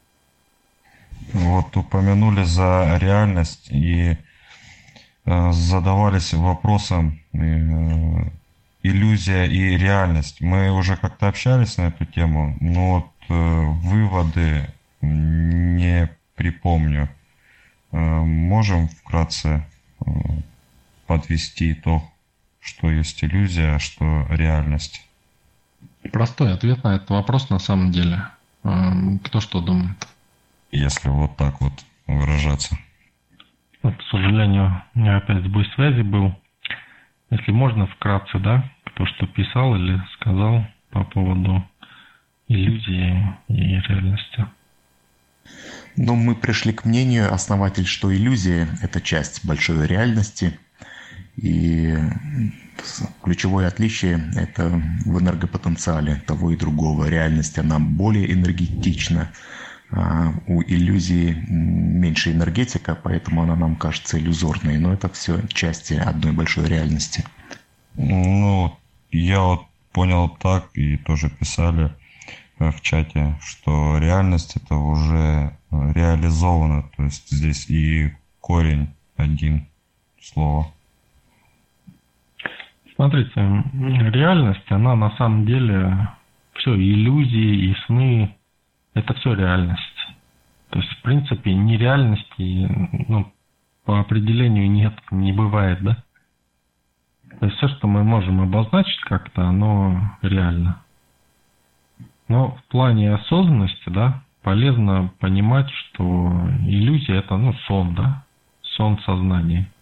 Вот упомянули за реальность и задавались вопросом иллюзия и реальность. Мы уже как-то общались на эту тему, но выводы не припомню. Можем вкратце подвести итог, что есть иллюзия, а что реальность? Простой ответ на этот вопрос на самом деле. Кто что думает? Если вот так вот выражаться. К сожалению, у меня опять сбой связи был. Если можно, вкратце, да, кто что писал или сказал по поводу иллюзии и реальности. Мы пришли к мнению, основатель, что иллюзия – это часть большой реальности. И ключевое отличие – это в энергопотенциале того и другого. Реальность, она более энергетична. У иллюзии меньше энергетика, поэтому она нам кажется иллюзорной. Но это все части одной большой реальности. Я вот понял так, и тоже писали в чате, что реальность это уже реализовано. То есть здесь и корень один слово. Смотрите, реальность, она на самом деле все, иллюзии и сны. Это все реальность. То есть, в принципе, нереальности, по определению нет, не бывает, да? То есть, все, что мы можем обозначить как-то, оно реально. Но в плане осознанности, да, полезно понимать, что иллюзия – это, сон, да? Сон сознания.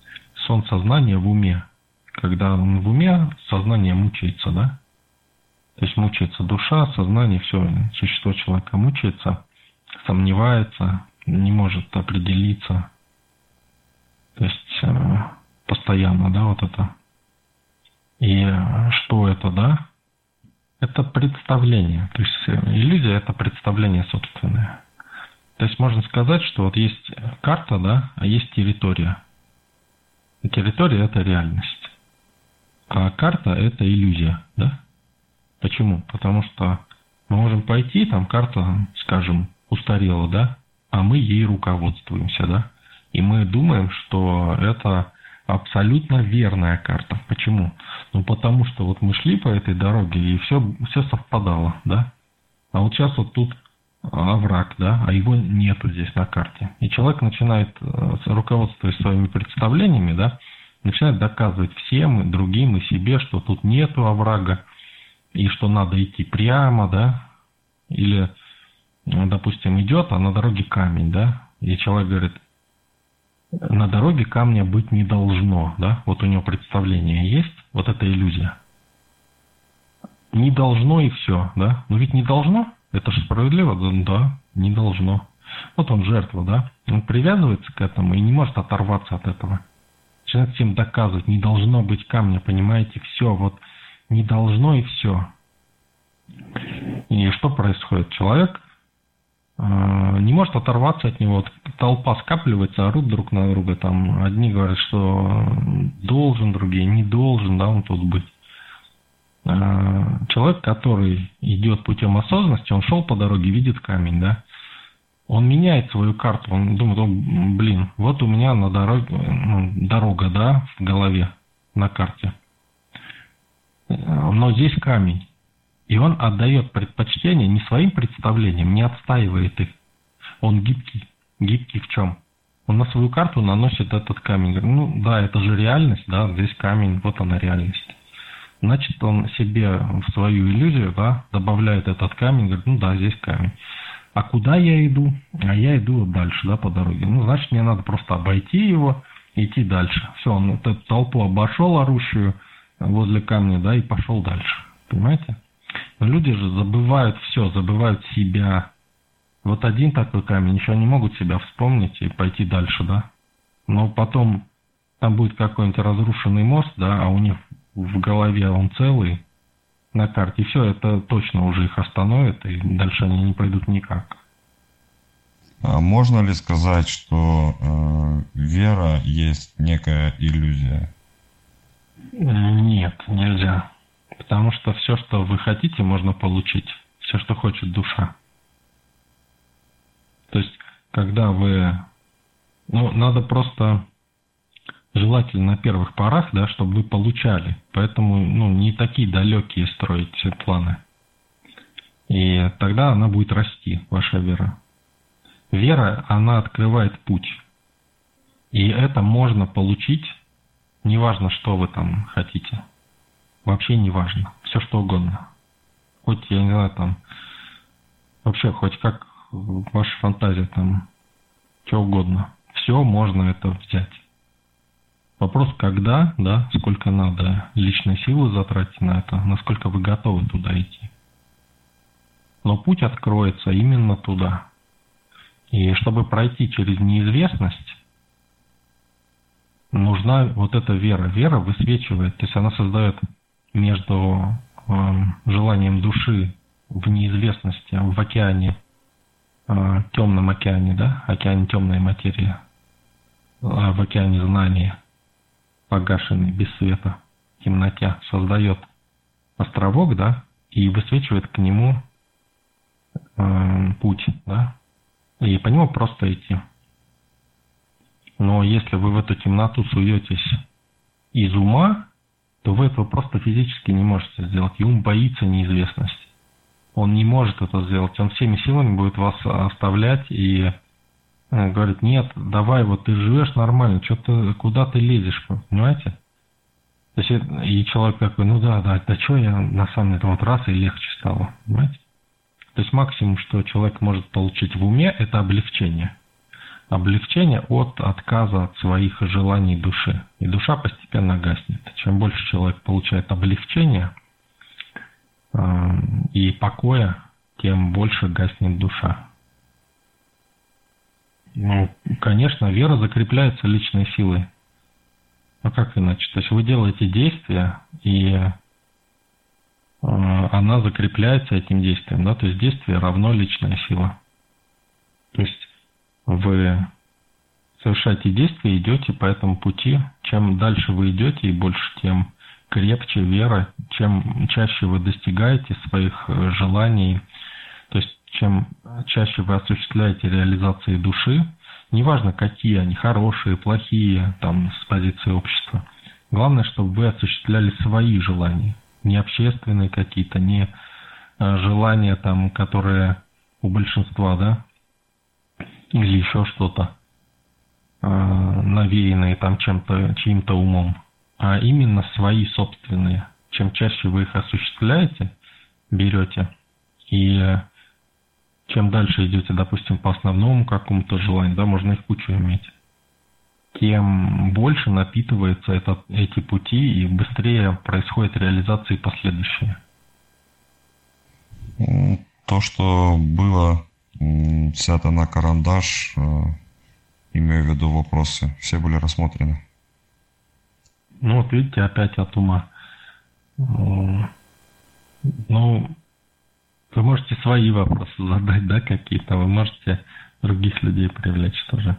Сон сознания в уме. Когда он в уме, сознание мучается, да? То есть мучается душа, сознание, все, существо человека мучается, сомневается, не может определиться. То есть постоянно, да, вот это. И что это, да? Это представление. То есть иллюзия – это представление собственное. То есть можно сказать, что вот есть карта, да, а есть территория. И территория – это реальность. А карта – это иллюзия, да? Почему? Потому что мы можем пойти, там карта, скажем, устарела, да, а мы ей руководствуемся, да, и мы думаем, что это абсолютно верная карта. Почему? Ну, потому что вот мы шли по этой дороге, и все совпадало, да, а вот сейчас вот тут овраг, да, а его нету здесь на карте. И человек начинает, руководствуясь своими представлениями, да, начинает доказывать всем, другим и себе, что тут нету оврага, и что надо идти прямо, да, или, допустим, идет, а на дороге камень, да, и человек говорит, на дороге камня быть не должно, да, вот у него представление есть, вот эта иллюзия. Не должно и все, да, но ведь не должно, это же справедливо, да, не должно. Вот он жертва, да, он привязывается к этому и не может оторваться от этого. Начинает всем доказывать, не должно быть камня, понимаете, все, вот не должно и все. И что происходит? Человек не может оторваться от него. Вот толпа скапливается, орут друг на друга. Там одни говорят, что должен, другие не должен, да, он тут быть. Человек, который идет путем осознанности, он шел по дороге, видит камень, да, он меняет свою карту, он думает, блин, вот у меня на дороге, дорога, да, в голове, на карте, но здесь камень. И он отдает предпочтение не своим представлениям, не отстаивает их. Он гибкий. Гибкий в чем? Он на свою карту наносит этот камень. Говорит, ну да, это же реальность, да, здесь камень, вот она реальность. Значит, он себе в свою иллюзию, да, добавляет этот камень, говорит, ну да, здесь камень. А куда я иду? А я иду вот дальше, да, по дороге. Ну, значит, мне надо просто обойти его и идти дальше. Все, он вот эту толпу обошел орущую возле камня, да, и пошел дальше. Понимаете? Но люди же забывают все, забывают себя. Вот один такой камень, еще не могут себя вспомнить и пойти дальше, да. Но потом там будет какой-нибудь разрушенный мост, да, а у них в голове он целый на карте. И все, это точно уже их остановит, и дальше они не пойдут никак. А можно ли сказать, что вера есть некая иллюзия? Нет, нельзя. Потому что все, что вы хотите, можно получить. Все, что хочет душа. То есть, когда вы... Ну, надо просто желательно на первых порах, да, чтобы вы получали. Поэтому, ну, не такие далекие строить все планы. И тогда она будет расти, ваша вера. Вера, она открывает путь. И это можно получить, неважно, что вы там хотите. Вообще не важно. Все что угодно. Хоть, я не знаю, там... Вообще, хоть как ваша фантазия, там... Что угодно. Все можно это взять. Вопрос, когда, да, сколько надо личной силы затратить на это, насколько вы готовы туда идти. Но путь откроется именно туда. И чтобы пройти через неизвестность, нужна вот эта вера. Вера высвечивает, то есть она создает между желанием души в неизвестности, в океане, темном океане, да, океане темной материи, в океане знания, погашенный, без света, в темноте, создает островок, да, и высвечивает к нему путь, да, и по нему просто идти. Но если вы в эту темноту суетесь из ума, то вы этого просто физически не можете сделать. И ум боится неизвестности. Он не может это сделать. Он всеми силами будет вас оставлять и говорит, нет, давай, вот ты живешь нормально, что-то куда ты лезешь, понимаете? То есть, и человек такой, ну да, что я на самом деле вот раз и легче стало, понимаете? То есть максимум, что человек может получить в уме, это облегчение. Облегчение от отказа от своих желаний души. И душа постепенно гаснет. Чем больше человек получает облегчения, и покоя, тем больше гаснет душа. Ну, конечно, вера закрепляется личной силой. А как иначе? То есть вы делаете действие, и она закрепляется этим действием, да? То есть действие равно личная сила. То есть вы совершаете действие, идете по этому пути. Чем дальше вы идете и больше, тем крепче вера, чем чаще вы достигаете своих желаний, то есть чем чаще вы осуществляете реализации души, неважно какие они, хорошие, плохие, там, с позиции общества. Главное, чтобы вы осуществляли свои желания, не общественные какие-то, не желания, там, которые у большинства, да, или еще что-то, навеянные там чем-то, чьим-то умом, а именно свои собственные. Чем чаще вы их осуществляете, берете, и чем дальше идете, допустим, по основному какому-то желанию, да, можно их кучу иметь, тем больше напитываются эти пути и быстрее происходит реализация и последующие. То, что было взято на карандаш, имею в виду вопросы, все были рассмотрены. Ну вот видите, опять от ума. Ну, вы можете свои вопросы задать, да, какие-то, вы можете других людей привлечь тоже.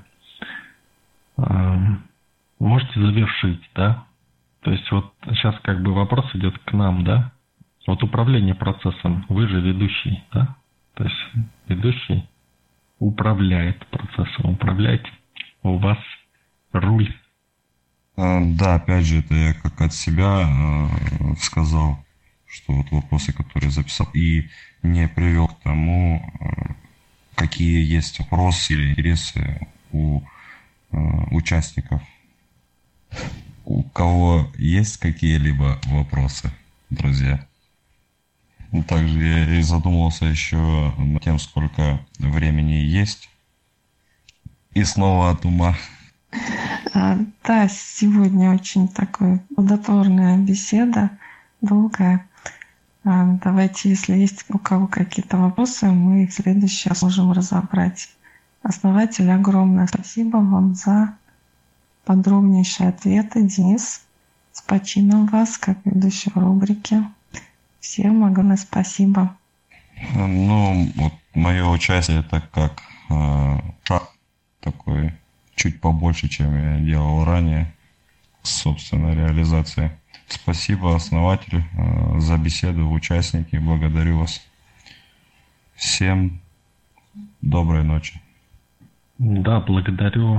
Можете завершить, да. То есть вот сейчас как бы вопрос идет к нам, да. Вот управление процессом, вы же ведущий, да. То есть ведущий управляет процессом, управляете, у вас руль. Да, опять же, это я как от себя сказал, что вот вопросы, которые записал, и не привел к тому, какие есть вопросы или интересы у участников. У кого есть какие-либо вопросы, друзья? Также я и задумался еще над тем, сколько времени есть. И снова от ума. Да, сегодня очень такая плодотворная беседа, долгая. Давайте, если есть у кого какие-то вопросы, мы в следующий раз можем разобрать. Основатель, огромное спасибо вам за подробнейшие ответы. Денис, с почином вас, как ведущего рубрики. Всем огромное спасибо. Ну, вот мое участие это как шаг такой чуть побольше, чем я делал ранее, собственно, реализации. Спасибо, основатель, за беседу, участники. Благодарю вас. Всем доброй ночи. Да, благодарю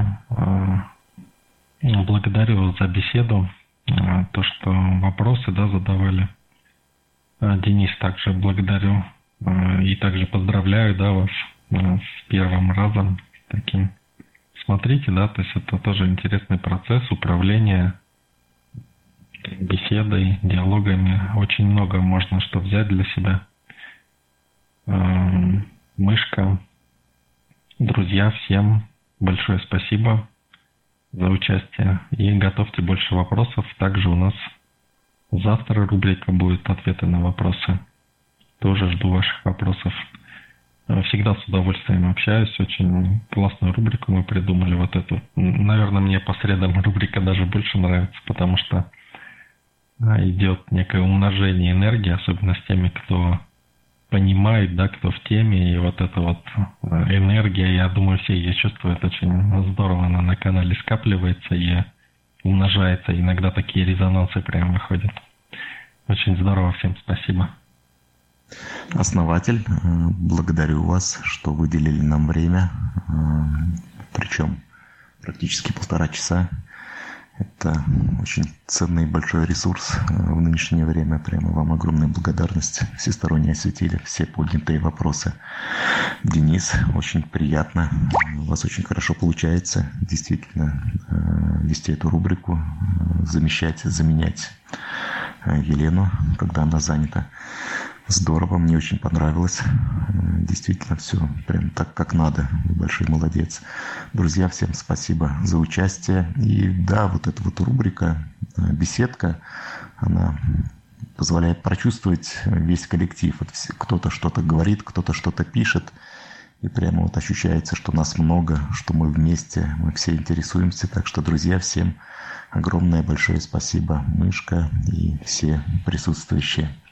за беседу, то, что вопросы, да, задавали. Денис, также благодарю и также поздравляю, да, вас с первым разом таким. Смотрите, да, то есть это тоже интересный процесс управления беседой, диалогами. Очень много можно что взять для себя. Мышка, друзья, всем большое спасибо за участие. И готовьте больше вопросов. Также у нас завтра рубрика будет «Ответы на вопросы». Тоже жду ваших вопросов. Всегда с удовольствием общаюсь. Очень классную рубрику мы придумали. Вот эту. Наверное, мне по средам рубрика даже больше нравится, потому что идет некое умножение энергии, особенно с теми, кто понимает, да, кто в теме. И вот эта вот энергия, я думаю, все ее чувствуют. Очень здорово она на канале скапливается и умножается. Иногда такие резонансы прям выходят. Очень здорово. Всем спасибо. Основатель, благодарю вас, что выделили нам время, причем практически 1,5 часа. Это очень ценный и большой ресурс в нынешнее время. Прямо вам огромная благодарность. Всесторонне осветили все поднятые вопросы. Денис, очень приятно. У вас очень хорошо получается действительно вести эту рубрику, замещать, заменять Елену, когда она занята. Здорово, мне очень понравилось. Действительно, все прям так, как надо. Вы большой молодец. Друзья, всем спасибо за участие. И да, вот эта вот рубрика, беседка, она позволяет прочувствовать весь коллектив. Вот кто-то что-то говорит, кто-то что-то пишет, и прямо вот ощущается, что нас много, что мы вместе, мы все интересуемся. Так что, друзья, всем огромное большое спасибо, Мышка и все присутствующие.